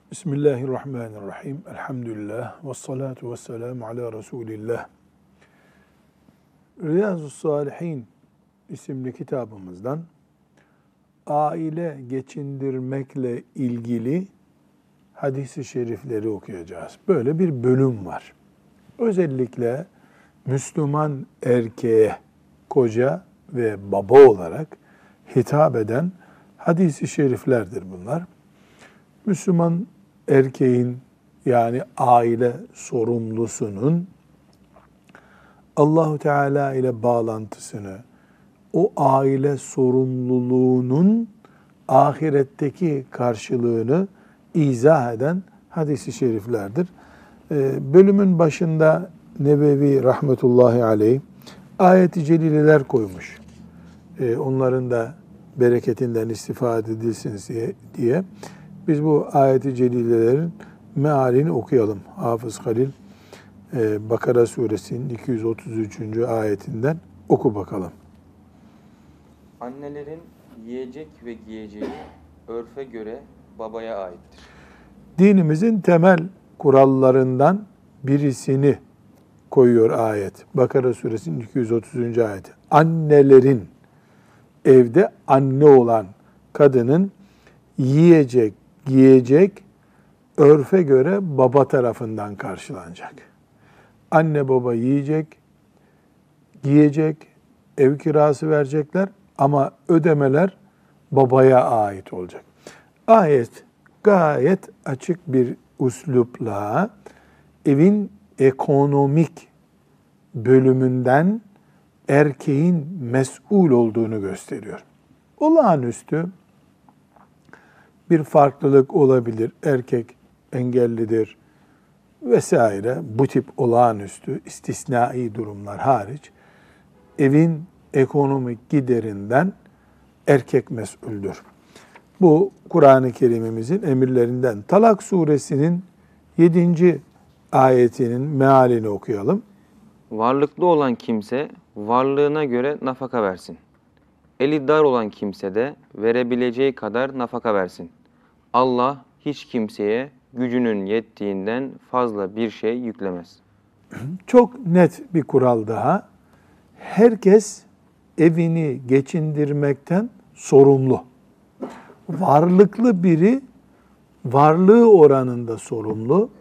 Bismillahirrahmanirrahim. Elhamdülillah. Vessalatu vesselamu ala Resulillah. Riyazu's-Salihin isimli kitabımızdan aile geçindirmekle ilgili hadis-i şerifleri okuyacağız. Böyle bir bölüm var. Özellikle Müslüman erkeğe, koca ve baba olarak hitap eden hadis-i şeriflerdir bunlar. Müslüman erkeğin yani aile sorumlusunun Allahu Teala ile bağlantısını, o aile sorumluluğunun ahiretteki karşılığını izah eden hadis-i şeriflerdir. Bölümün başında Nebevi rahmetullahi aleyh ayet-i celileler koymuş. Onların da bereketinden istifade edilsin diye. Biz bu ayet-i celilelerin mealini okuyalım. Hafız Halil Bakara suresinin 233. ayetinden oku bakalım. Annelerin yiyecek ve giyeceği örfe göre babaya aittir. Dinimizin temel kurallarından birisini koyuyor ayet. Bakara suresinin 230. ayeti. Annelerin, evde anne olan kadının yiyecek, giyecek, örfe göre baba tarafından karşılanacak. Anne baba yiyecek, giyecek, ev kirası verecekler ama ödemeler babaya ait olacak. Ayet gayet açık bir üslupla evin ekonomik bölümünden erkeğin mesul olduğunu gösteriyor. Olağanüstü bir farklılık olabilir. Erkek engellidir vesaire. Bu tip olağanüstü, istisnai durumlar hariç evin ekonomik giderinden erkek mesuldür. Bu Kur'an-ı Kerim'imizin emirlerinden. Talak suresinin 7. ayetinin mealini okuyalım. Varlıklı olan kimse varlığına göre nafaka versin. Eli dar olan kimse de verebileceği kadar nafaka versin. Allah hiç kimseye gücünün yettiğinden fazla bir şey yüklemez. Çok net bir kural daha. Herkes evini geçindirmekten sorumlu. Varlıklı biri varlığı oranında sorumlu.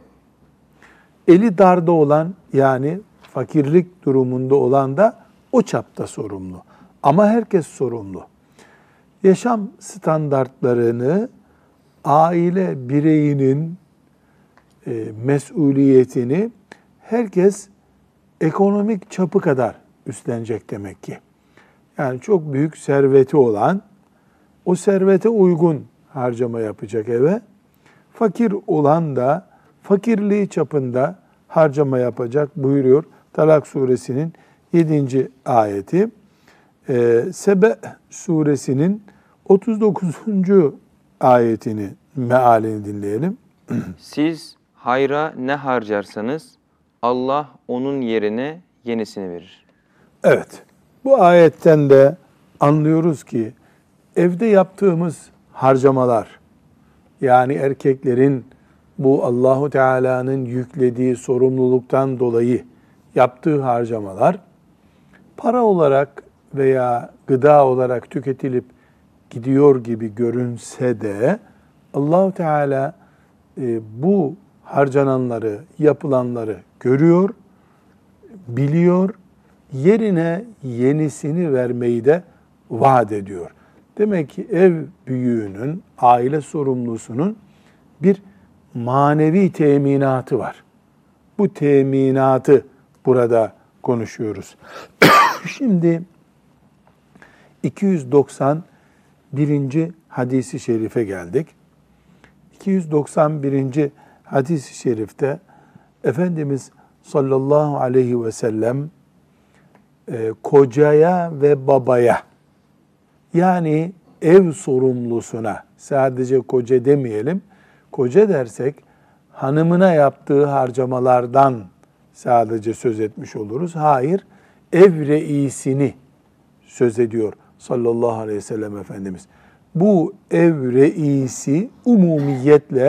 Eli darda olan yani fakirlik durumunda olan da o çapta sorumlu. Ama herkes sorumlu. Yaşam standartlarını aile bireyinin mesuliyetini herkes ekonomik çapı kadar üstlenecek demek ki. Yani çok büyük serveti olan o servete uygun harcama yapacak eve. Fakir olan da fakirliği çapında harcama yapacak buyuruyor Talak suresinin 7. ayeti. Sebe suresinin 39. ayetini, mealini dinleyelim. Siz hayra ne harcarsanız Allah onun yerine yenisini verir. Evet, bu ayetten de anlıyoruz ki evde yaptığımız harcamalar, yani erkeklerin bu Allahu Teala'nın yüklediği sorumluluktan dolayı yaptığı harcamalar para olarak veya gıda olarak tüketilip gidiyor gibi görünse de Allahu Teala bu harcananları, yapılanları görüyor, biliyor, yerine yenisini vermeyi de vaat ediyor. Demek ki ev büyüğünün, aile sorumlusunun bir manevi teminatı var. Bu teminatı burada konuşuyoruz. Şimdi 291. hadis-i şerife geldik. 291. hadis-i şerifte Efendimiz sallallahu aleyhi ve sellem kocaya ve babaya, yani ev sorumlusuna, sadece koca demeyelim, koca dersek hanımına yaptığı harcamalardan sadece söz etmiş oluruz. Hayır, ev reisini söz ediyor sallallahu aleyhi ve sellem Efendimiz. Bu ev reisi umumiyetle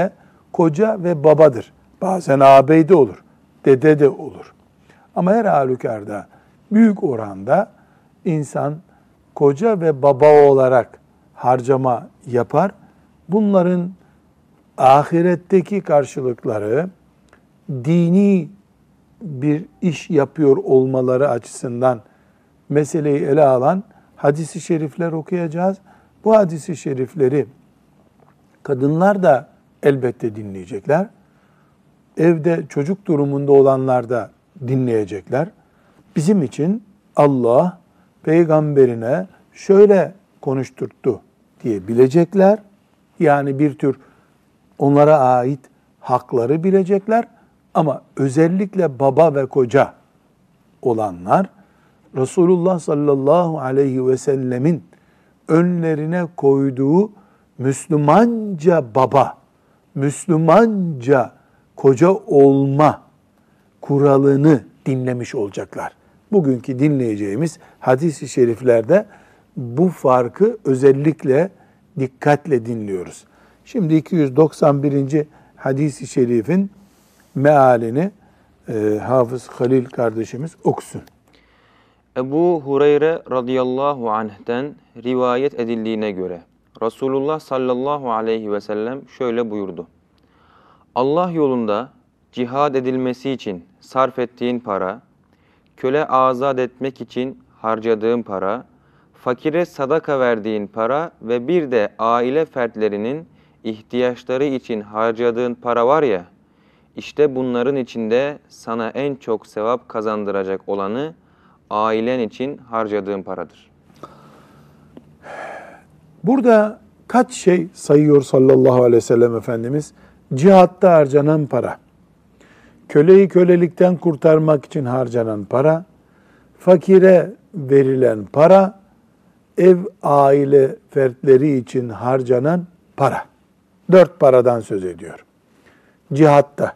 koca ve babadır. Bazen ağabey de olur, dede de olur. Ama her halükarda büyük oranda insan koca ve baba olarak harcama yapar. Bunların ahiretteki karşılıkları dini bir iş yapıyor olmaları açısından meseleyi ele alan hadis-i şerifler okuyacağız. Bu hadis-i şerifleri kadınlar da elbette dinleyecekler. Evde çocuk durumunda olanlar da dinleyecekler. Bizim için Allah peygamberine şöyle konuşturttu diye bilecekler. Yani bir tür onlara ait hakları bilecekler. Ama özellikle baba ve koca olanlar Resulullah sallallahu aleyhi ve sellemin önlerine koyduğu Müslümanca baba, Müslümanca koca olma kuralını dinlemiş olacaklar. Bugünkü dinleyeceğimiz hadis-i şeriflerde bu farkı özellikle dikkatle dinliyoruz. Şimdi 291. hadis-i şerifin mealini Hafız Halil kardeşimiz okusun. Ebu Hureyre radıyallahu anh'ten rivayet edildiğine göre Resulullah sallallahu aleyhi ve sellem şöyle buyurdu. Allah yolunda cihad edilmesi için sarf ettiğin para, köle azat etmek için harcadığın para, fakire sadaka verdiğin para ve bir de aile fertlerinin ihtiyaçları için harcadığın para var ya, işte bunların içinde sana en çok sevap kazandıracak olanı ailen için harcadığın paradır. Burada kaç şey sayıyor sallallahu aleyhi ve sellem Efendimiz? Cihatta harcanan para, köleyi kölelikten kurtarmak için harcanan para, fakire verilen para, ev aile fertleri için harcanan para. 4 paradan söz ediyor. Cihatta,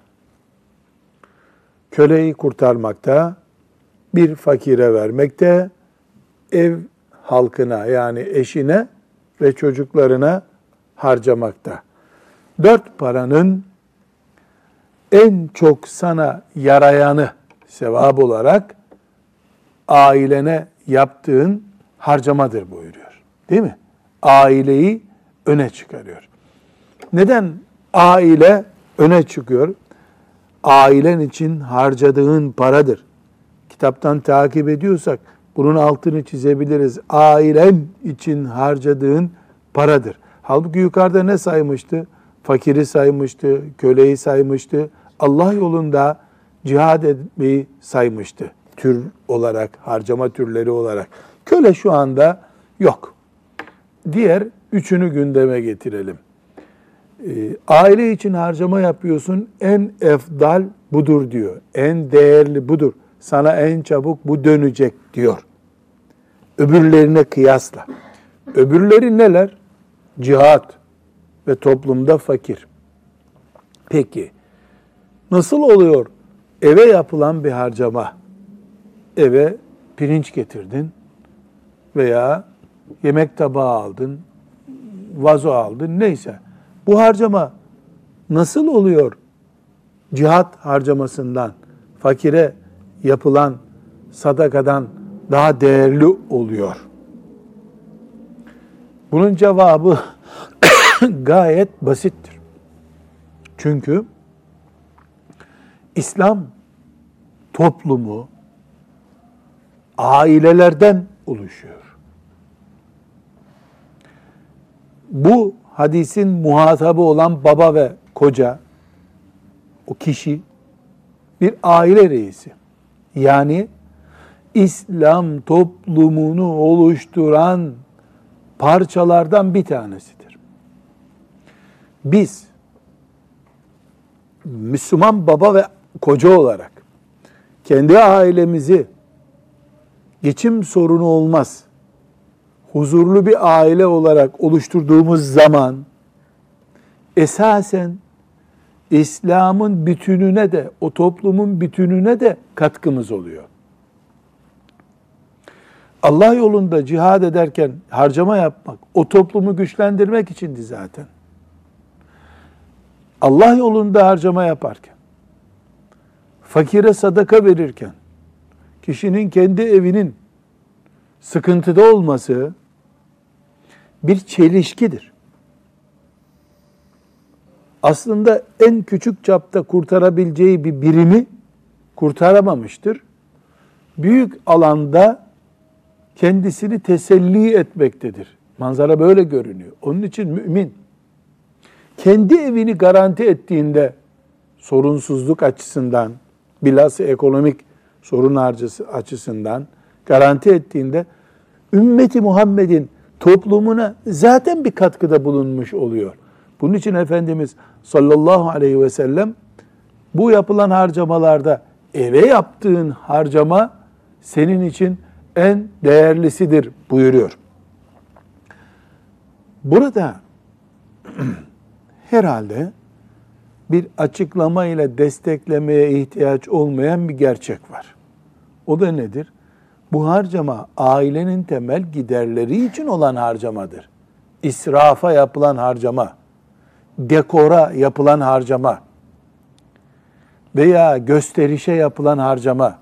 köleyi kurtarmakta, bir fakire vermekte, ev halkına yani eşine ve çocuklarına harcamakta. 4 paranın en çok sana yarayanı sevap olarak ailene yaptığın harcamadır buyuruyor. Değil mi? Aileyi öne çıkarıyor. Neden aile öne çıkıyor? Ailen için harcadığın paradır. Kitaptan takip ediyorsak bunun altını çizebiliriz. Ailen için harcadığın paradır. Halbuki yukarıda ne saymıştı? Fakiri saymıştı, köleyi saymıştı. Allah yolunda cihad etmeyi saymıştı. Tür olarak, harcama türleri olarak. Köle şu anda yok. Diğer üçünü gündeme getirelim. Aile için harcama yapıyorsun, en efdal budur diyor. En değerli budur. Sana en çabuk bu dönecek diyor. Öbürlerine kıyasla. Öbürleri neler? Cihat ve toplumda fakir. Peki, nasıl oluyor eve yapılan bir harcama? Eve pirinç getirdin veya yemek tabağı aldın, vazo aldın, neyse. Bu harcama nasıl oluyor? Cihat harcamasından, fakire yapılan sadakadan daha değerli oluyor. Bunun cevabı gayet basittir. Çünkü İslam toplumu ailelerden oluşuyor. Bu hadisin muhatabı olan baba ve koca, o kişi bir aile reisi. Yani İslam toplumunu oluşturan parçalardan bir tanesidir. Biz Müslüman baba ve koca olarak kendi ailemizi geçim sorunu olmaz, huzurlu bir aile olarak oluşturduğumuz zaman esasen İslam'ın bütününe de, o toplumun bütününe de katkımız oluyor. Allah yolunda cihad ederken harcama yapmak, o toplumu güçlendirmek içindi zaten. Allah yolunda harcama yaparken, fakire sadaka verirken, kişinin kendi evinin sıkıntıda olması bir çelişkidir. Aslında en küçük çapta kurtarabileceği bir birimi kurtaramamıştır. Büyük alanda kendisini teselli etmektedir. Manzara böyle görünüyor. Onun için mümin kendi evini garanti ettiğinde sorunsuzluk açısından, bilhassa ekonomik sorun açısından garanti ettiğinde ümmeti Muhammed'in toplumuna zaten bir katkıda bulunmuş oluyor. Bunun için Efendimiz sallallahu aleyhi ve sellem bu yapılan harcamalarda eve yaptığın harcama senin için en değerlisidir buyuruyor. Burada herhalde bir açıklama ile desteklemeye ihtiyaç olmayan bir gerçek var. O da nedir? Bu harcama ailenin temel giderleri için olan harcamadır. İsrafa yapılan harcama, dekora yapılan harcama veya gösterişe yapılan harcama,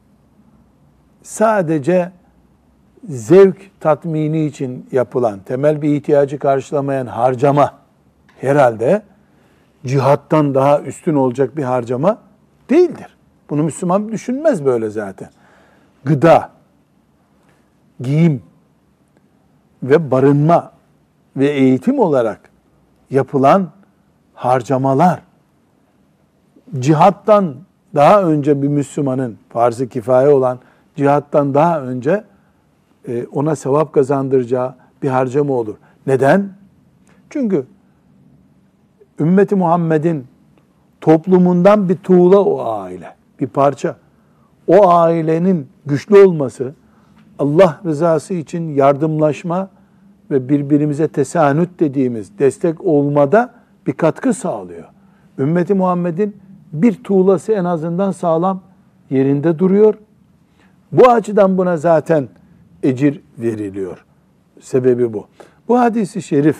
sadece zevk tatmini için yapılan, temel bir ihtiyacı karşılamayan harcama herhalde cihattan daha üstün olacak bir harcama değildir. Bunu Müslüman düşünmez böyle zaten. Gıda, giyim ve barınma ve eğitim olarak yapılan harcamalar cihattan daha önce bir Müslümanın farz-ı kifaye olan cihattan daha önce ona sevap kazandıracağı bir harcama olur. Neden? Çünkü ümmeti Muhammed'in toplumundan bir tuğla o aile, bir parça. O ailenin güçlü olması, Allah rızası için yardımlaşma ve birbirimize tesanüt dediğimiz destek olmada bir katkı sağlıyor. Ümmeti Muhammed'in bir tuğlası en azından sağlam yerinde duruyor. Bu açıdan buna zaten ecir veriliyor. Sebebi bu. Bu hadis-i şerif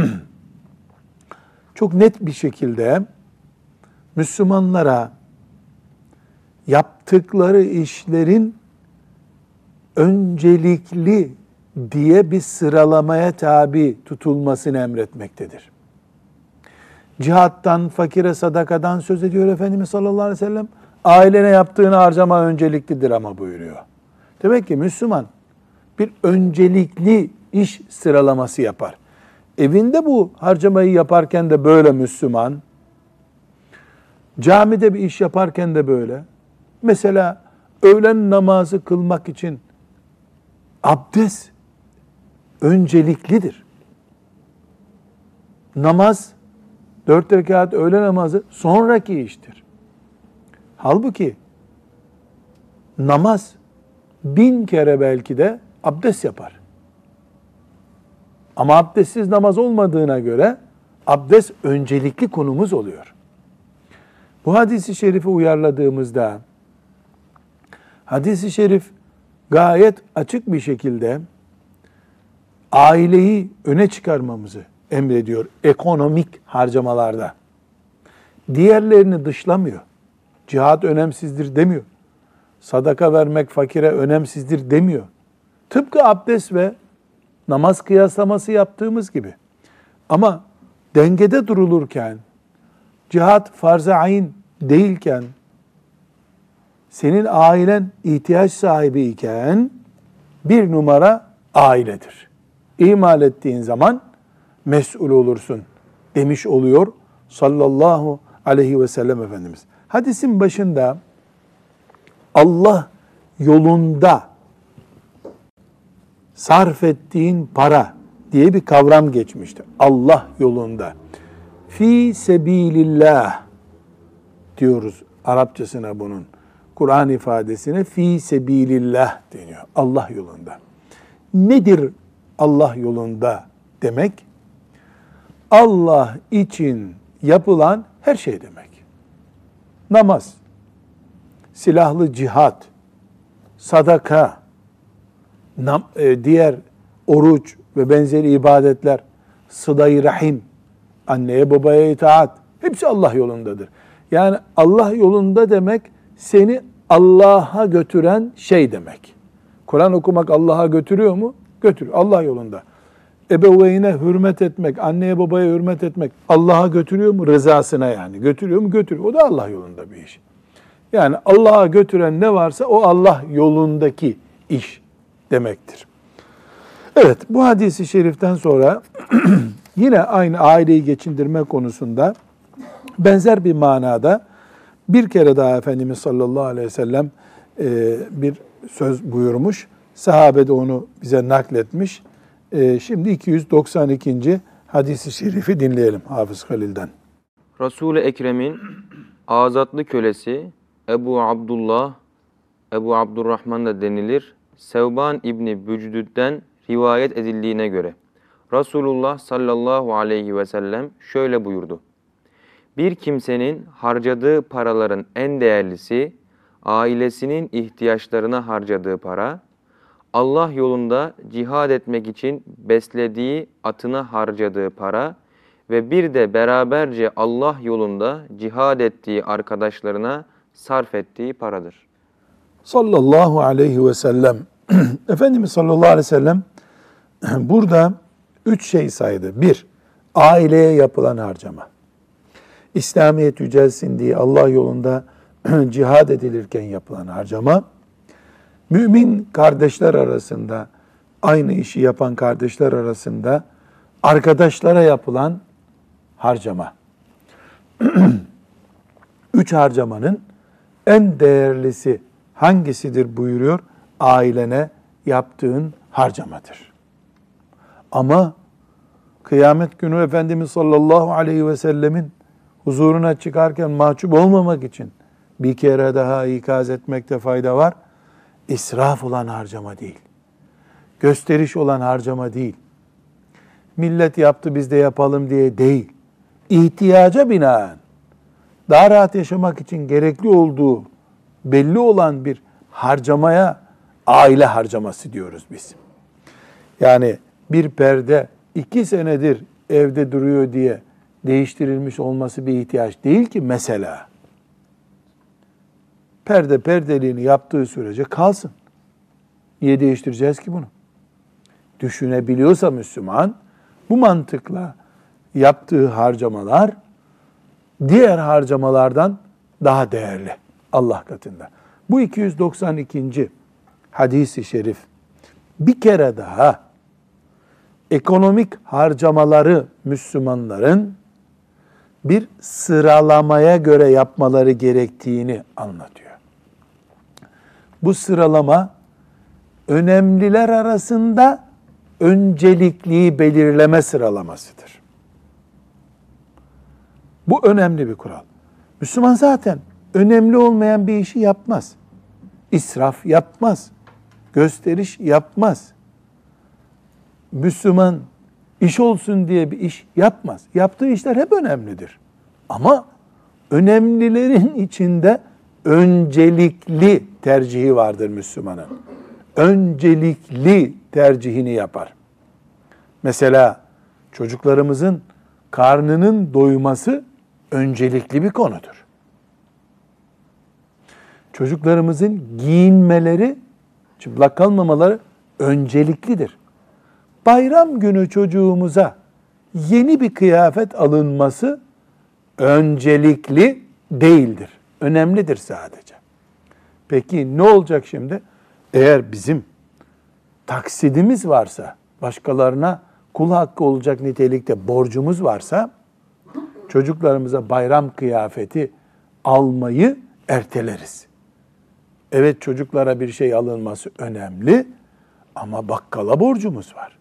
çok net bir şekilde Müslümanlara yaptıkları işlerin öncelikli diye bir sıralamaya tabi tutulmasını emretmektedir. Cihattan, fakire sadakadan söz ediyor Efendimiz sallallahu aleyhi ve sellem. Ailene yaptığın harcama önceliklidir ama buyuruyor. Demek ki Müslüman bir öncelikli iş sıralaması yapar. Evinde bu harcamayı yaparken de böyle Müslüman, camide bir iş yaparken de böyle. Mesela öğlen namazı kılmak için abdest önceliklidir. Namaz, 4 rekat öğle namazı sonraki iştir. Halbuki namaz 1000 kere belki de abdest yapar. Ama abdestsiz namaz olmadığına göre abdest öncelikli konumuz oluyor. Bu hadisi şerifi uyarladığımızda hadisi şerif gayet açık bir şekilde aileyi öne çıkarmamızı emrediyor ekonomik harcamalarda. Diğerlerini dışlamıyor. Cihat önemsizdir demiyor. Sadaka vermek fakire önemsizdir demiyor. Tıpkı abdest ve namaz kıyaslaması yaptığımız gibi. Ama dengede durulurken, cihat farz-ı ayn değilken, senin ailen ihtiyaç sahibi iken bir numara ailedir. İhmal ettiğin zaman mesul olursun demiş oluyor sallallahu aleyhi ve sellem Efendimiz. Hadisin başında Allah yolunda sarf ettiğin para diye bir kavram geçmişti. Allah yolunda. Fi sebilillah diyoruz Arapçasına bunun. Kur'an ifadesine fi sebilillah deniyor. Allah yolunda. Nedir Allah yolunda demek? Allah için yapılan her şey demek. Namaz, silahlı cihat, sadaka, diğer oruç ve benzeri ibadetler, sıla-i rahim, anneye babaya itaat, Hepsi Allah yolundadır. Yani Allah yolunda demek seni Allah'a götüren şey demek. Kur'an okumak Allah'a götürüyor mu? Götürüyor. Allah yolunda. Ebeveyne hürmet etmek, anneye babaya hürmet etmek Allah'a götürüyor mu? Rızasına yani. Götürüyor mu? Götürüyor. O da Allah yolunda bir iş. Yani Allah'a götüren ne varsa o Allah yolundaki iş demektir. Evet, bu hadisi şeriften sonra yine aynı aileyi geçindirme konusunda benzer bir manada bir kere daha Efendimiz sallallahu aleyhi ve sellem bir söz buyurmuş. Sahabe de onu bize nakletmiş. Şimdi 292. hadisi şerifi dinleyelim Hafız Halil'den. Resul-i Ekrem'in azatlı kölesi Ebu Abdullah, Ebu Abdurrahman da denilir, Sevban İbni Bücdüd'den rivayet edildiğine göre Resulullah sallallahu aleyhi ve sellem şöyle buyurdu. Bir kimsenin harcadığı paraların en değerlisi, ailesinin ihtiyaçlarına harcadığı para, Allah yolunda cihad etmek için beslediği atına harcadığı para ve bir de beraberce Allah yolunda cihad ettiği arkadaşlarına sarf ettiği paradır. Sallallahu aleyhi ve sellem. Efendimiz sallallahu aleyhi ve sellem burada 3 şey saydı. 1, aileye yapılan harcama. İslamiyet yücelsin diye Allah yolunda cihad edilirken yapılan harcama. Mümin kardeşler arasında, aynı işi yapan kardeşler arasında arkadaşlara yapılan harcama. 3 harcamanın en değerlisi hangisidir buyuruyor? Ailene yaptığın harcamadır. Ama kıyamet günü Efendimiz sallallahu aleyhi ve sellemin huzuruna çıkarken mahcup olmamak için bir kere daha ikaz etmekte fayda var. İsraf olan harcama değil. Gösteriş olan harcama değil. Millet yaptı biz de yapalım diye değil. İhtiyaca binaen daha rahat yaşamak için gerekli olduğu belli olan bir harcamaya aile harcaması diyoruz biz. Yani bir perde 2 senedir evde duruyor diye değiştirilmiş olması bir ihtiyaç değil ki mesela. Perde perdeliğini yaptığı sürece kalsın. Niye değiştireceğiz ki bunu? Düşünebiliyorsa Müslüman, bu mantıkla yaptığı harcamalar diğer harcamalardan daha değerli Allah katında. Bu 292. hadis-i şerif bir kere daha ekonomik harcamaları Müslümanların bir sıralamaya göre yapmaları gerektiğini anlatıyor. Bu sıralama önemliler arasında öncelikliği belirleme sıralamasıdır. Bu önemli bir kural. Müslüman zaten önemli olmayan bir işi yapmaz. İsraf yapmaz. Gösteriş yapmaz. Müslüman iş olsun diye bir iş yapmaz. Yaptığı işler hep önemlidir. Ama önemlilerin içinde öncelikli tercihi vardır Müslümanın. Öncelikli tercihini yapar. Mesela çocuklarımızın karnının doyması öncelikli bir konudur. Çocuklarımızın giyinmeleri, çıplak kalmamaları önceliklidir. Bayram günü çocuğumuza yeni bir kıyafet alınması öncelikli değildir. Önemlidir sadece. Peki ne olacak şimdi? Eğer bizim taksidimiz varsa, başkalarına kul hakkı olacak nitelikte borcumuz varsa, çocuklarımıza bayram kıyafeti almayı erteleriz. Evet, çocuklara bir şey alınması önemli ama bakkala borcumuz var.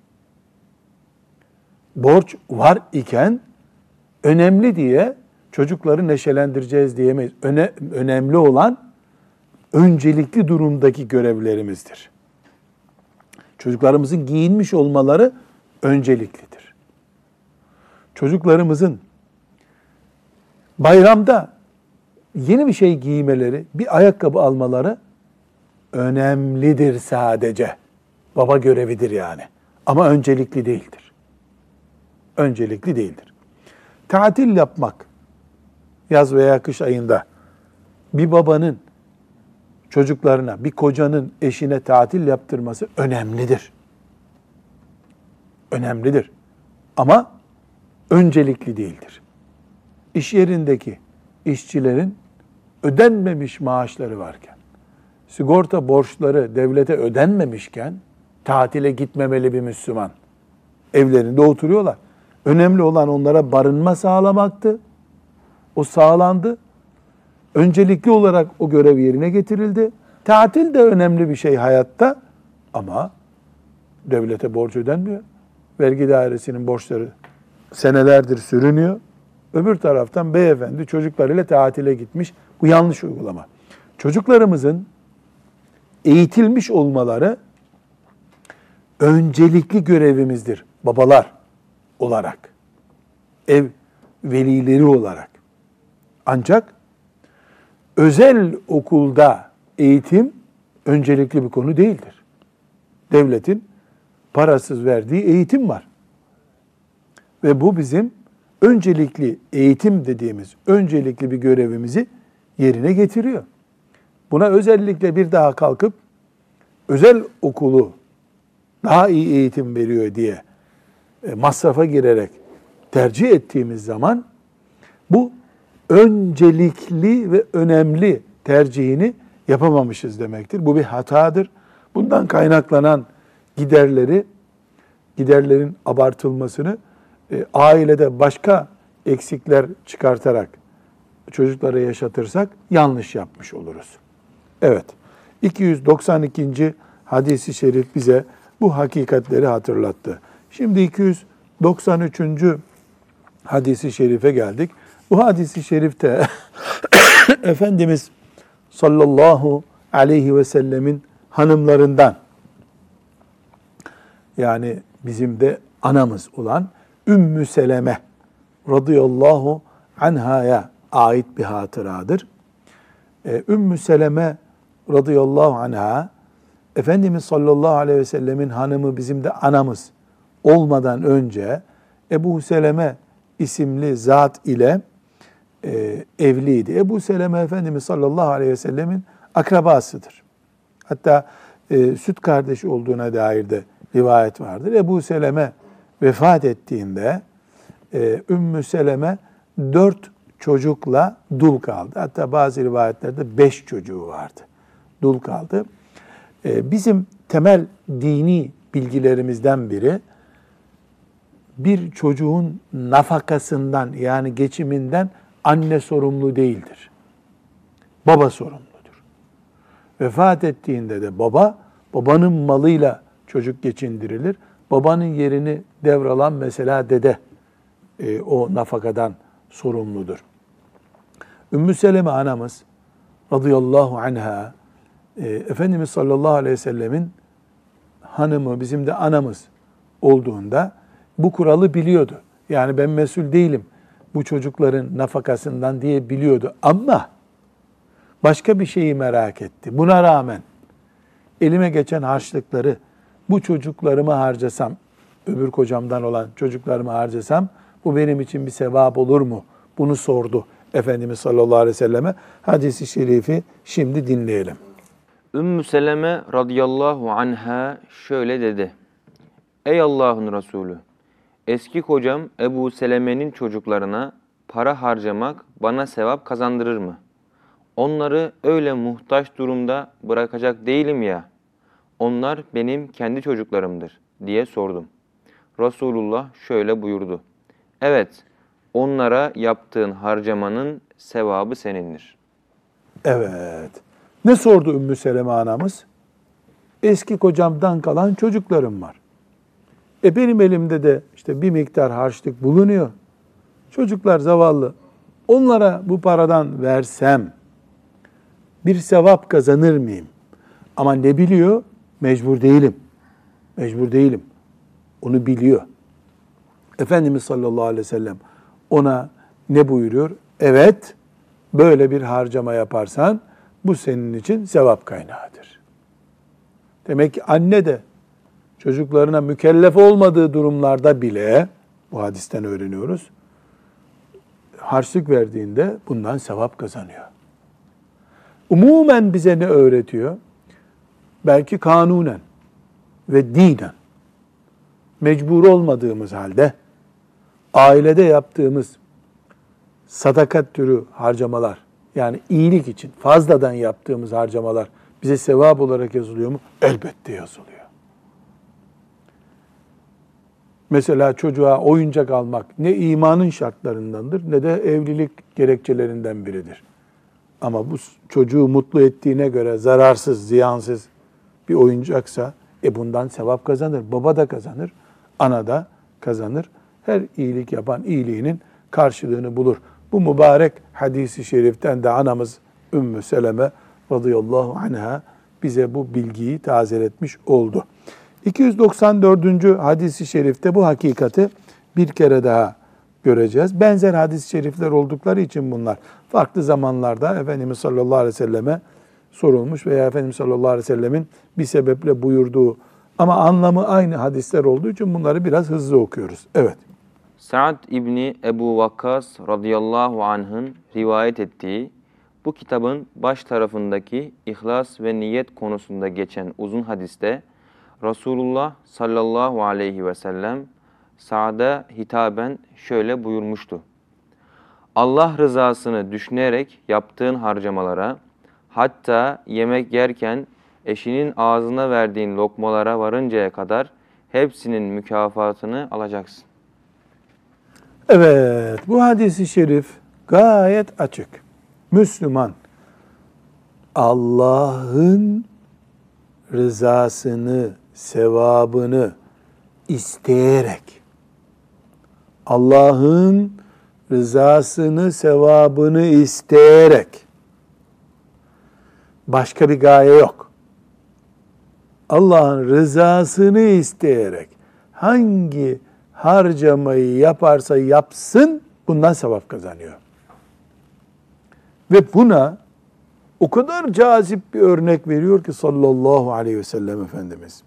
Borç var iken önemli diye çocukları neşelendireceğiz diyemeyiz. Önemli olan öncelikli durumdaki görevlerimizdir. Çocuklarımızın giyinmiş olmaları önceliklidir. Çocuklarımızın bayramda yeni bir şey giymeleri, bir ayakkabı almaları önemlidir sadece. Baba görevidir yani. Ama öncelikli değildir. Öncelikli değildir. Tatil yapmak, yaz veya kış ayında bir babanın çocuklarına, bir kocanın eşine tatil yaptırması önemlidir. Önemlidir. Ama öncelikli değildir. İş yerindeki işçilerin ödenmemiş maaşları varken, sigorta borçları devlete ödenmemişken tatile gitmemeli bir Müslüman. Evlerinde oturuyorlar. Önemli olan onlara barınma sağlamaktı. O sağlandı. Öncelikli olarak o görev yerine getirildi. Tatil de önemli bir şey hayatta ama devlete borç ödenmiyor. Vergi dairesinin borçları senelerdir sürünüyor. Öbür taraftan beyefendi çocuklarıyla tatile gitmiş. Bu yanlış uygulama. Çocuklarımızın eğitilmiş olmaları öncelikli görevimizdir babalar olarak, ev velileri olarak. Ancak özel okulda eğitim öncelikli bir konu değildir. Devletin parasız verdiği eğitim var. Ve bu bizim öncelikli eğitim dediğimiz öncelikli bir görevimizi yerine getiriyor. Buna özellikle bir daha kalkıp özel okulu daha iyi eğitim veriyor diye masrafa girerek tercih ettiğimiz zaman bu öncelikli ve önemli tercihini yapamamışız demektir. Bu bir hatadır. Bundan kaynaklanan giderlerin abartılmasını ailede başka eksikler çıkartarak çocuklara yaşatırsak yanlış yapmış oluruz. Evet, 292. hadis-i şerif bize bu hakikatleri hatırlattı. Şimdi 293. hadis-i şerife geldik. Bu hadis-i şerifte Efendimiz sallallahu aleyhi ve sellemin hanımlarından, yani bizim de anamız olan Ümmü Seleme radıyallahu anhaya ait bir hatıradır. Ümmü Seleme radıyallahu anha, Efendimiz sallallahu aleyhi ve sellemin hanımı, bizim de anamız olmadan önce Ebu Seleme isimli zat ile evliydi. Ebu Seleme Efendimiz sallallahu aleyhi ve sellemin akrabasıdır. Hatta süt kardeşi olduğuna dair de rivayet vardır. Ebu Seleme vefat ettiğinde Ümmü Seleme 4 çocukla dul kaldı. Hatta bazı rivayetlerde 5 çocuğu vardı. Dul kaldı. Bizim temel dini bilgilerimizden biri, bir çocuğun nafakasından, yani geçiminden anne sorumlu değildir. Baba sorumludur. Vefat ettiğinde de babanın malıyla çocuk geçindirilir. Babanın yerini devralan mesela dede o nafakadan sorumludur. Ümmü Seleme anamız radıyallahu anha, Efendimiz sallallahu aleyhi ve sellemin hanımı, bizim de anamız olduğunda bu kuralı biliyordu. Yani ben mesul değilim bu çocukların nafakasından diye biliyordu. Ama başka bir şeyi merak etti. Buna rağmen elime geçen harçlıkları bu çocuklarıma harcasam, öbür kocamdan olan çocuklarıma harcasam bu benim için bir sevap olur mu? Bunu sordu Efendimiz sallallahu aleyhi ve selleme. Hadis-i şerifi şimdi dinleyelim. Ümmü Seleme radıyallahu anha şöyle dedi. Ey Allah'ın Resulü! Eski kocam Ebu Seleme'nin çocuklarına para harcamak bana sevap kazandırır mı? Onları öyle muhtaç durumda bırakacak değilim ya. Onlar benim kendi çocuklarımdır diye sordum. Resulullah şöyle buyurdu. Evet, onlara yaptığın harcamanın sevabı senindir. Evet. Ne sordu Ümmü Seleme anamız? Eski kocamdan kalan çocuklarım var. Benim elimde de işte bir miktar harçlık bulunuyor. Çocuklar zavallı. Onlara bu paradan versem bir sevap kazanır mıyım? Ama ne biliyor? Mecbur değilim. Mecbur değilim. Onu biliyor. Efendimiz sallallahu aleyhi ve sellem ona ne buyuruyor? Evet, böyle bir harcama yaparsan bu senin için sevap kaynağıdır. Demek ki anne de çocuklarına mükellef olmadığı durumlarda bile, bu hadisten öğreniyoruz, harçlık verdiğinde bundan sevap kazanıyor. Umumen bize ne öğretiyor? Belki kanunen ve dinen mecbur olmadığımız halde ailede yaptığımız sadakat türü harcamalar, yani iyilik için fazladan yaptığımız harcamalar bize sevap olarak yazılıyor mu? Elbette yazılıyor. Mesela çocuğa oyuncak almak ne imanın şartlarındandır ne de evlilik gerekçelerinden biridir. Ama bu çocuğu mutlu ettiğine göre zararsız, ziyansız bir oyuncaksa bundan sevap kazanır. Baba da kazanır, ana da kazanır. Her iyilik yapan iyiliğinin karşılığını bulur. Bu mübarek hadisi şeriften de anamız Ümmü Seleme radıyallahu anha bize bu bilgiyi tazeletmiş oldu. 294. hadis-i şerifte bu hakikati bir kere daha göreceğiz. Benzer hadis-i şerifler oldukları için bunlar farklı zamanlarda Efendimiz sallallahu aleyhi ve selleme sorulmuş veya Efendimiz sallallahu aleyhi ve sellemin bir sebeple buyurduğu ama anlamı aynı hadisler olduğu için bunları biraz hızlı okuyoruz. Evet. Sa'd İbni Ebu Vakkas radıyallahu anh'ın rivayet ettiği bu kitabın baş tarafındaki ihlas ve niyet konusunda geçen uzun hadiste Resulullah sallallahu aleyhi ve sellem Sa'd'a hitaben şöyle buyurmuştu. Allah rızasını düşünerek yaptığın harcamalara, hatta yemek yerken eşinin ağzına verdiğin lokmalara varıncaya kadar hepsinin mükafatını alacaksın. Evet, bu hadis-i şerif gayet açık. Müslüman, Allah'ın rızasını, sevabını isteyerek, Allah'ın rızasını, sevabını isteyerek, başka bir gaye yok. Allah'ın rızasını isteyerek hangi harcamayı yaparsa yapsın bundan sevap kazanıyor. Ve buna o kadar cazip bir örnek veriyor ki sallallahu aleyhi ve sellem Efendimiz.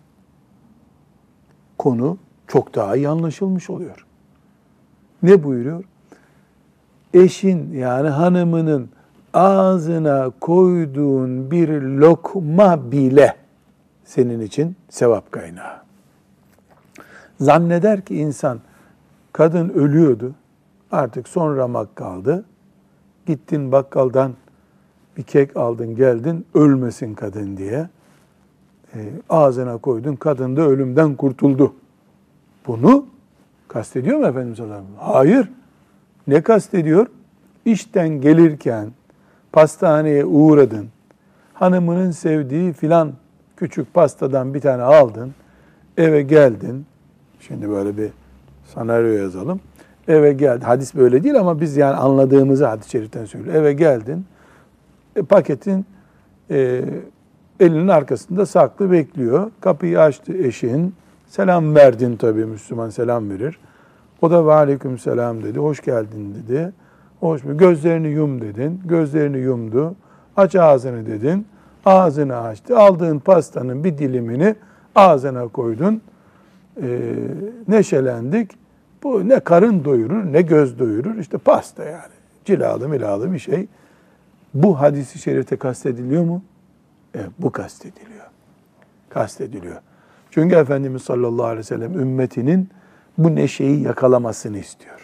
Konu çok daha iyi anlaşılmış oluyor. Ne buyuruyor? Eşin yani hanımının ağzına koyduğun bir lokma bile senin için sevap kaynağı. Zanneder ki insan, kadın ölüyordu, artık son ramak kaldı. Gittin bakkaldan bir kek aldın geldin, ölmesin kadın diye. Ağzına koydun, kadın da ölümden kurtuldu. Bunu kastediyor mu Efendimiz sallallahu aleyhi ve sellem? Hayır. Ne kastediyor? İşten gelirken pastaneye uğradın, hanımının sevdiği filan küçük pastadan bir tane aldın, eve geldin. Şimdi böyle bir senaryo yazalım. Eve geldin. Hadis böyle değil ama biz yani anladığımızı hadis-i şeriften söylüyor. Eve geldin. Paketin elinin arkasında saklı bekliyor. Kapıyı açtı eşin. Selam verdin tabii, Müslüman selam verir. O da ve aleyküm selam dedi. Hoş geldin dedi. Hoş mu? Gözlerini yum dedin. Gözlerini yumdu. Aç ağzını dedin. Ağzını açtı. Aldığın pastanın bir dilimini ağzına koydun. Neşelendik. Bu ne karın doyurur ne göz doyurur. İşte pasta yani. Cilalı milalı bir şey. Bu hadis-i şerifte kastediliyor mu? Bu kastediliyor. Kastediliyor. Çünkü Efendimiz sallallahu aleyhi ve sellem ümmetinin bu neşeyi yakalamasını istiyor.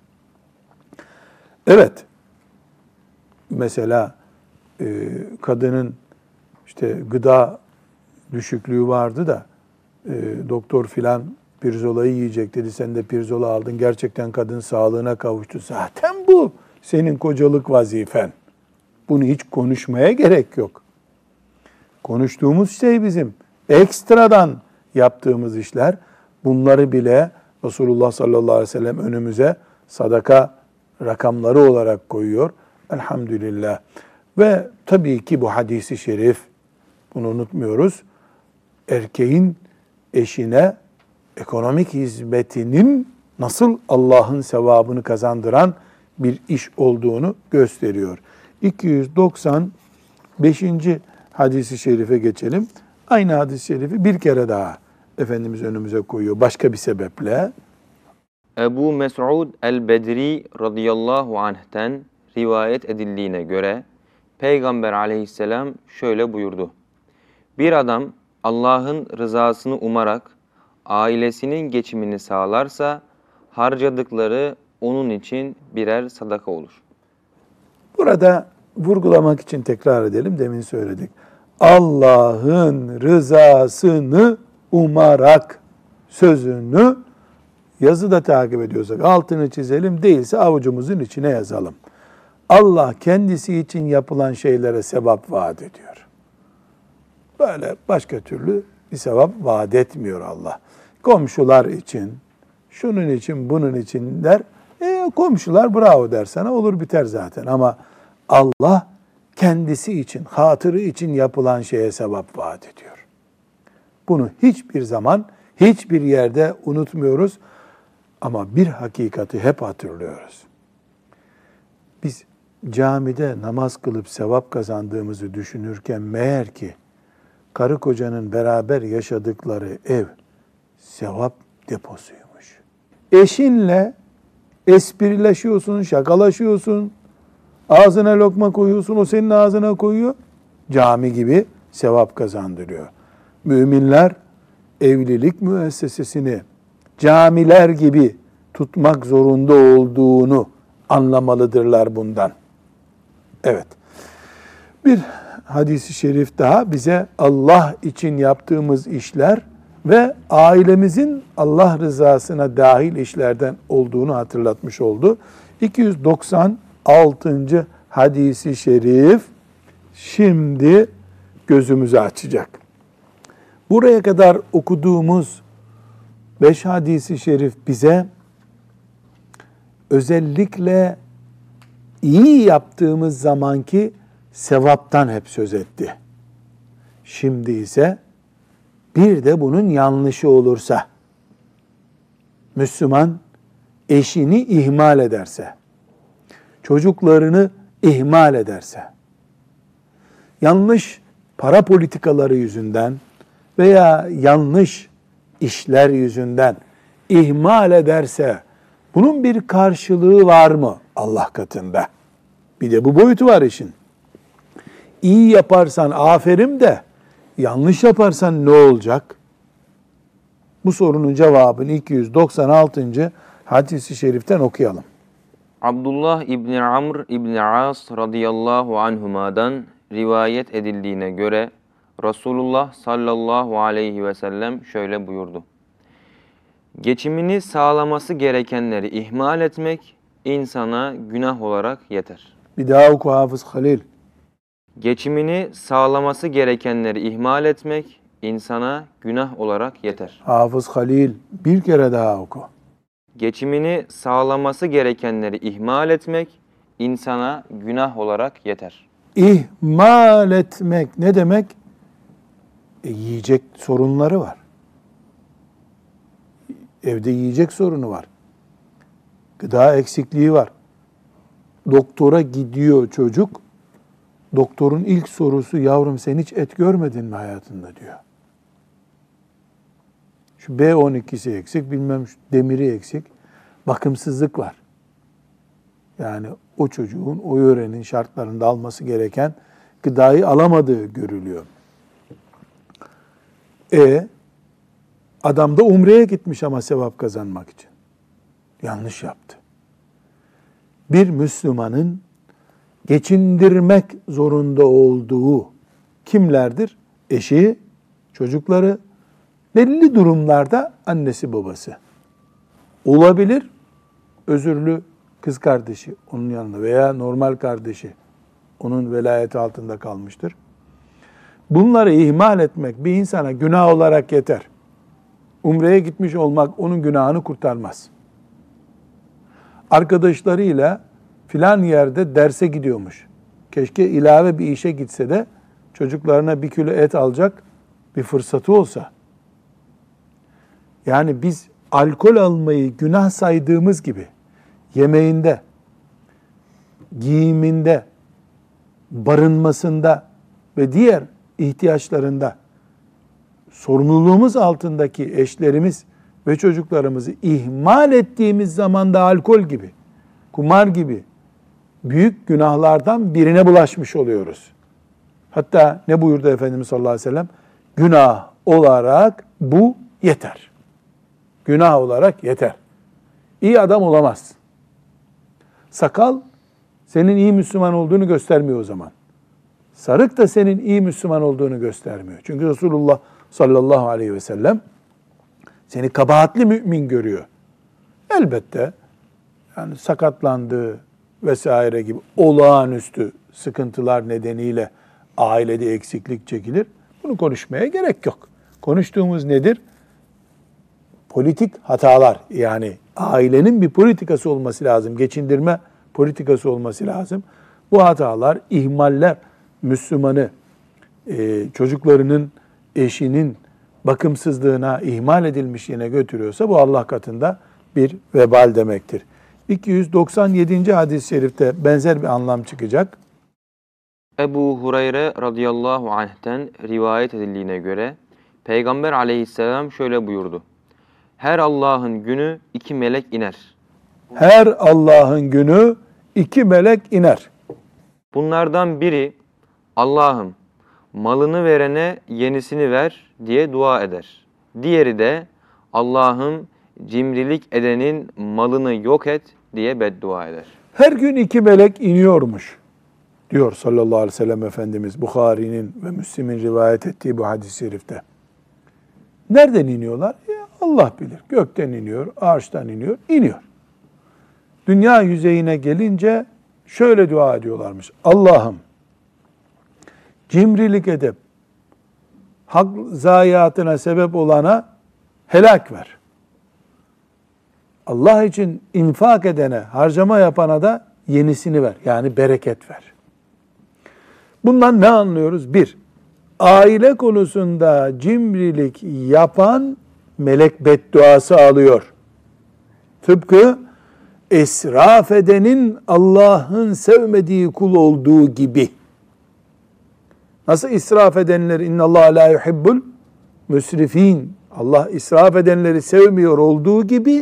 Evet. Mesela kadının işte gıda düşüklüğü vardı da doktor filan pirzolayı yiyecek dedi. Sen de pirzola aldın. Gerçekten kadın sağlığına kavuştu. Zaten bu senin kocalık vazifen. Bunu hiç konuşmaya gerek yok. Konuştuğumuz şey bizim ekstradan yaptığımız işler. Bunları bile Resulullah sallallahu aleyhi ve sellem önümüze sadaka rakamları olarak koyuyor. Elhamdülillah. Ve tabii ki bu hadisi şerif, bunu unutmuyoruz, erkeğin eşine ekonomik hizmetinin nasıl Allah'ın sevabını kazandıran bir iş olduğunu gösteriyor. 295. hadis-i şerife geçelim. Aynı hadis-i şerifi bir kere daha Efendimiz önümüze koyuyor başka bir sebeple. Ebu Mes'ud el-Bedri radıyallahu anh'ten rivayet edildiğine göre Peygamber aleyhisselam şöyle buyurdu. Bir adam Allah'ın rızasını umarak ailesinin geçimini sağlarsa harcadıkları onun için birer sadaka olur. Burada vurgulamak için tekrar edelim, demin söyledik. Allah'ın rızasını umarak sözünü yazıda takip ediyorsak altını çizelim, değilse avucumuzun içine yazalım. Allah kendisi için yapılan şeylere sevap vaat ediyor. Böyle başka türlü bir sevap vaat etmiyor Allah. Komşular için, şunun için, bunun için der. Komşular bravo der sana, olur biter zaten. Ama Allah kendisi için, hatırı için yapılan şeye sevap vaat ediyor. Bunu hiçbir zaman, hiçbir yerde unutmuyoruz. Ama bir hakikati hep hatırlıyoruz. Biz camide namaz kılıp sevap kazandığımızı düşünürken meğer ki karı kocanın beraber yaşadıkları ev sevap deposuymuş. Eşinle esprileşiyorsun, şakalaşıyorsun, ağzına lokma koyuyorsun, o senin ağzına koyuyor, cami gibi sevap kazandırıyor. Müminler evlilik müessesesini camiler gibi tutmak zorunda olduğunu anlamalıdırlar bundan. Evet. Bir hadis-i şerif daha bize Allah için yaptığımız işler ve ailemizin Allah rızasına dahil işlerden olduğunu hatırlatmış oldu. 296. hadis-i şerif şimdi gözümüzü açacak. Buraya kadar okuduğumuz 5 hadis-i şerif bize özellikle iyi yaptığımız zamanki sevaptan hep söz etti. Şimdi ise bir de bunun yanlışı olursa, Müslüman eşini ihmal ederse, çocuklarını ihmal ederse, yanlış para politikaları yüzünden veya yanlış işler yüzünden ihmal ederse, bunun bir karşılığı var mı Allah katında? Bir de bu boyutu var işin. İyi yaparsan aferin de, yanlış yaparsan ne olacak? Bu sorunun cevabını 296. hadis-i şeriften okuyalım. Abdullah İbni Amr İbni As radıyallahu anhuma'dan rivayet edildiğine göre Resulullah sallallahu aleyhi ve sellem şöyle buyurdu. Geçimini sağlaması gerekenleri ihmal etmek insana günah olarak yeter. Bir daha oku Hafız Halil. Geçimini sağlaması gerekenleri ihmal etmek insana günah olarak yeter. Hafız Halil bir kere daha oku. Geçimini sağlaması gerekenleri ihmal etmek insana günah olarak yeter. İhmal etmek ne demek? Yiyecek sorunları var. Evde yiyecek sorunu var. Gıda eksikliği var. Doktora gidiyor çocuk. Doktorun ilk sorusu, yavrum sen hiç et görmedin mi hayatında diyor. Şu B12'si eksik, bilmem şu demiri eksik. Bakımsızlık var. Yani o çocuğun, o yörenin şartlarında alması gereken gıdayı alamadığı görülüyor. Adam da umreye gitmiş ama sevap kazanmak için. Yanlış yaptı. Bir Müslümanın geçindirmek zorunda olduğu kimlerdir? Eşi, çocukları, belli durumlarda annesi babası. Olabilir, özürlü kız kardeşi onun yanında veya normal kardeşi onun velayeti altında kalmıştır. Bunları ihmal etmek bir insana günah olarak yeter. Umreye gitmiş olmak onun günahını kurtarmaz. Arkadaşlarıyla filan yerde derse gidiyormuş. Keşke ilave bir işe gitse de çocuklarına 1 kilo et alacak bir fırsatı olsa. Yani biz alkol almayı günah saydığımız gibi yemeğinde, giyiminde, barınmasında ve diğer ihtiyaçlarında sorumluluğumuz altındaki eşlerimiz ve çocuklarımızı ihmal ettiğimiz zaman da alkol gibi, kumar gibi büyük günahlardan birine bulaşmış oluyoruz. Hatta ne buyurdu Efendimiz sallallahu aleyhi ve sellem? Günah olarak bu yeter. Günah olarak yeter. İyi adam olamazsın. Sakal senin iyi Müslüman olduğunu göstermiyor o zaman. Sarık da senin iyi Müslüman olduğunu göstermiyor. Çünkü Resulullah sallallahu aleyhi ve sellem seni kabahatli mümin görüyor. Elbette yani sakatlandığı vesaire gibi olağanüstü sıkıntılar nedeniyle ailede eksiklik çekilir. Bunu konuşmaya gerek yok. Konuştuğumuz nedir? Politik hatalar, yani ailenin bir politikası olması lazım. Geçindirme politikası olması lazım. Bu hatalar, ihmaller Müslümanı çocuklarının, eşinin bakımsızlığına, ihmal edilmişliğine götürüyorsa bu Allah katında bir vebal demektir. 297. hadis-i şerifte benzer bir anlam çıkacak. Ebu Hureyre radıyallahu anh'ten rivayet edildiğine göre Peygamber aleyhisselam şöyle buyurdu. Her Allah'ın günü 2 melek iner. Her Allah'ın günü 2 melek iner. Bunlardan biri Allah'ım malını verene yenisini ver diye dua eder. Diğeri de Allah'ım cimrilik edenin malını yok et diye beddua eder. Her gün 2 melek iniyormuş diyor sallallahu aleyhi ve sellem Efendimiz Bukhari'nin ve Müslim'in rivayet ettiği bu hadis-i şerifte. Nereden iniyorlar? Allah bilir. Gökten iniyor, arştan iniyor, iniyor. Dünya yüzeyine gelince şöyle dua ediyorlarmış. Allah'ım cimrilik edip hak zayiatına sebep olana helak ver. Allah için infak edene, harcama yapana da yenisini ver. Yani bereket ver. Bundan ne anlıyoruz? 1. Aile konusunda cimrilik yapan melek bedduası alıyor. Tıpkı israf edenin Allah'ın sevmediği kul olduğu gibi. Nasıl israf edenleri innallâhe lâ yuhibbul müsrifîn, Allah israf edenleri sevmiyor olduğu gibi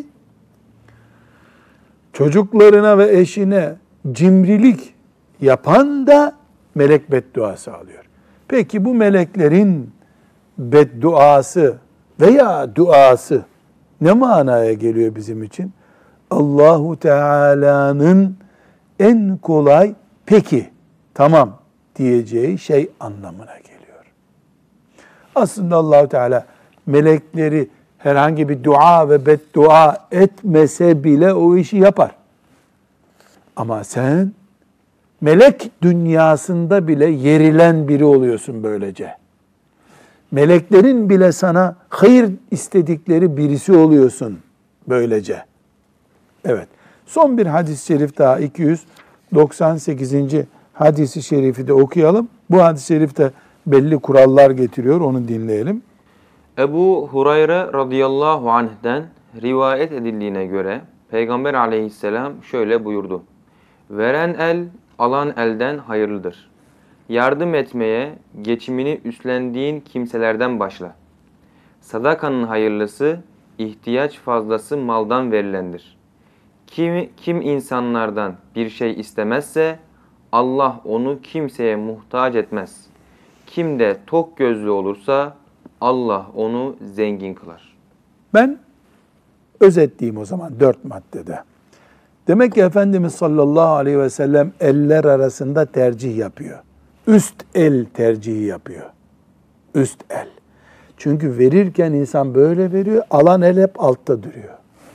çocuklarına ve eşine cimrilik yapan da melek bedduası alıyor. Peki bu meleklerin bedduası veya duası ne manaya geliyor bizim için? Allahu Teala'nın en kolay peki, tamam diyeceği şey anlamına geliyor. Aslında Allahu Teala melekleri herhangi bir dua ve beddua etmese bile o işi yapar. Ama sen melek dünyasında bile yerilen biri oluyorsun böylece. Meleklerin bile sana hayır istedikleri birisi oluyorsun böylece. Evet. Son bir hadis-i şerif daha 298. hadis-i şerifi de okuyalım. Bu hadis-i şerifte belli kurallar getiriyor. Onu dinleyelim. Ebu Hureyre radıyallahu anh'den rivayet edildiğine göre Peygamber aleyhisselam şöyle buyurdu. Veren el, alan elden hayırlıdır. Yardım etmeye, geçimini üstlendiğin kimselerden başla. Sadakanın hayırlısı, ihtiyaç fazlası maldan verilendir. Kim insanlardan bir şey istemezse, Allah onu kimseye muhtaç etmez. Kim de tok gözlü olursa, Allah onu zengin kılar. Ben özetleyeyim o zaman 4 maddede. Demek ki Efendimiz sallallahu aleyhi ve sellem eller arasında tercih yapıyor. Üst el tercihi yapıyor. Üst el. Çünkü verirken insan böyle veriyor, alan el hep altta duruyor.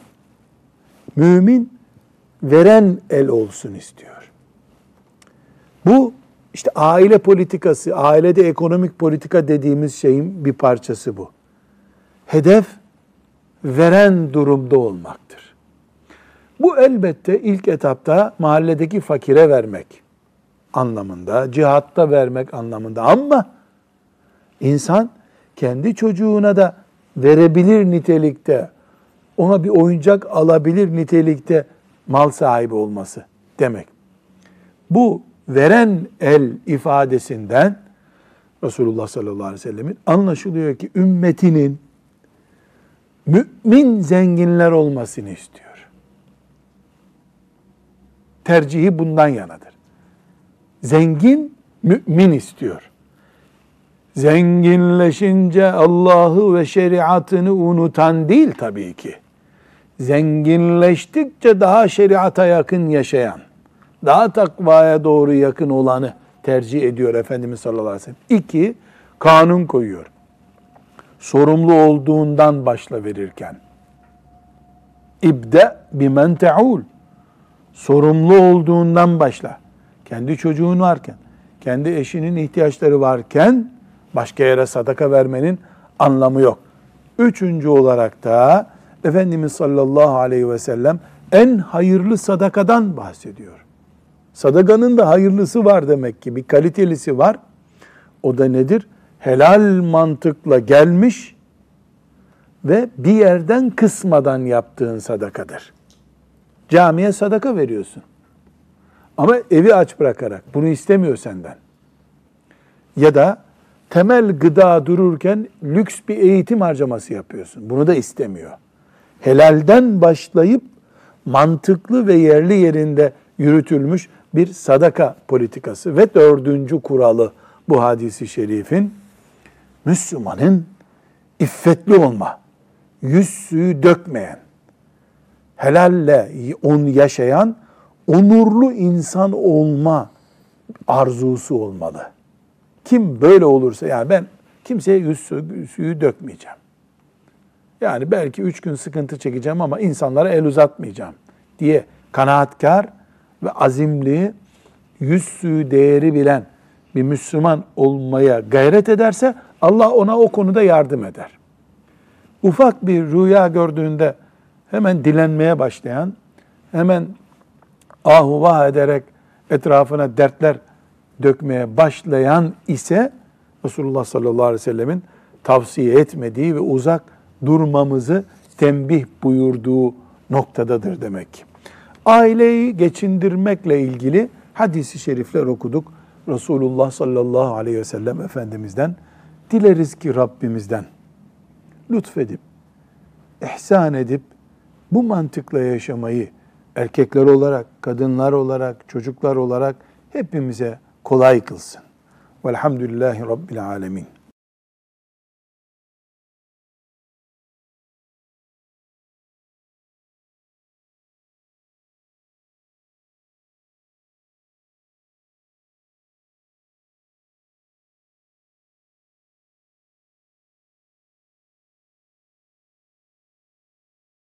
Mümin veren el olsun istiyor. Bu işte aile politikası, ailede ekonomik politika dediğimiz şeyin bir parçası bu. Hedef veren durumda olmaktır. Bu elbette ilk etapta mahalledeki fakire vermek anlamında, cihatta vermek anlamında, ama insan kendi çocuğuna da verebilir nitelikte, ona bir oyuncak alabilir nitelikte mal sahibi olması demek. Bu veren el ifadesinden Resulullah sallallahu aleyhi ve sellemin anlaşılıyor ki ümmetinin Mümin zenginler olmasını istiyor. Tercihi bundan yanadır. Zengin mümin istiyor. Zenginleşince Allah'ı ve şeriatını unutan değil tabii ki. Zenginleştikçe daha şeriata yakın yaşayan, daha takvaya doğru yakın olanı tercih ediyor Efendimiz sallallahu aleyhi ve sellem. 2, kanun koyuyor. Sorumlu olduğundan başla verirken. İbde bimen te'ul. Sorumlu olduğundan başla. Kendi çocuğun varken, kendi eşinin ihtiyaçları varken başka yere sadaka vermenin anlamı yok. 3. olarak da Efendimiz sallallahu aleyhi ve sellem en hayırlı sadakadan bahsediyor. Sadakanın da hayırlısı var demek ki, bir kalitelisi var. O da nedir? Helal mantıkla gelmiş ve bir yerden kısmadan yaptığın sadakadır. Camiye sadaka veriyorsun. Ama evi aç bırakarak, bunu istemiyor senden. Ya da temel gıda dururken lüks bir eğitim harcaması yapıyorsun. Bunu da istemiyor. Helalden başlayıp mantıklı ve yerli yerinde yürütülmüş bir sadaka politikası. Ve 4. kuralı bu hadisi şerifin, Müslümanın iffetli olma, yüz suyu dökmeyen, helalle yaşayan, onurlu insan olma arzusu olmalı. Kim böyle olursa, yani ben kimseye yüz suyu dökmeyeceğim. Yani belki 3 gün sıkıntı çekeceğim ama insanlara el uzatmayacağım diye kanaatkar ve azimli, yüz suyu değeri bilen bir Müslüman olmaya gayret ederse Allah ona o konuda yardım eder. Ufak bir rüya gördüğünde hemen dilenmeye başlayan, hemen ahu vah ederek etrafına dertler dökmeye başlayan ise Resulullah sallallahu aleyhi ve sellemin tavsiye etmediği ve uzak durmamızı tembih buyurduğu noktadadır demek ki. Aileyi geçindirmekle ilgili hadis-i şerifler okuduk. Resulullah sallallahu aleyhi ve sellem Efendimiz'den. Dileriz ki Rabbimizden lütfedip, ihsan edip bu mantıkla yaşamayı erkekler olarak, kadınlar olarak, çocuklar olarak hepimize kolay kılsın. Velhamdülillahi Rabbil alemin.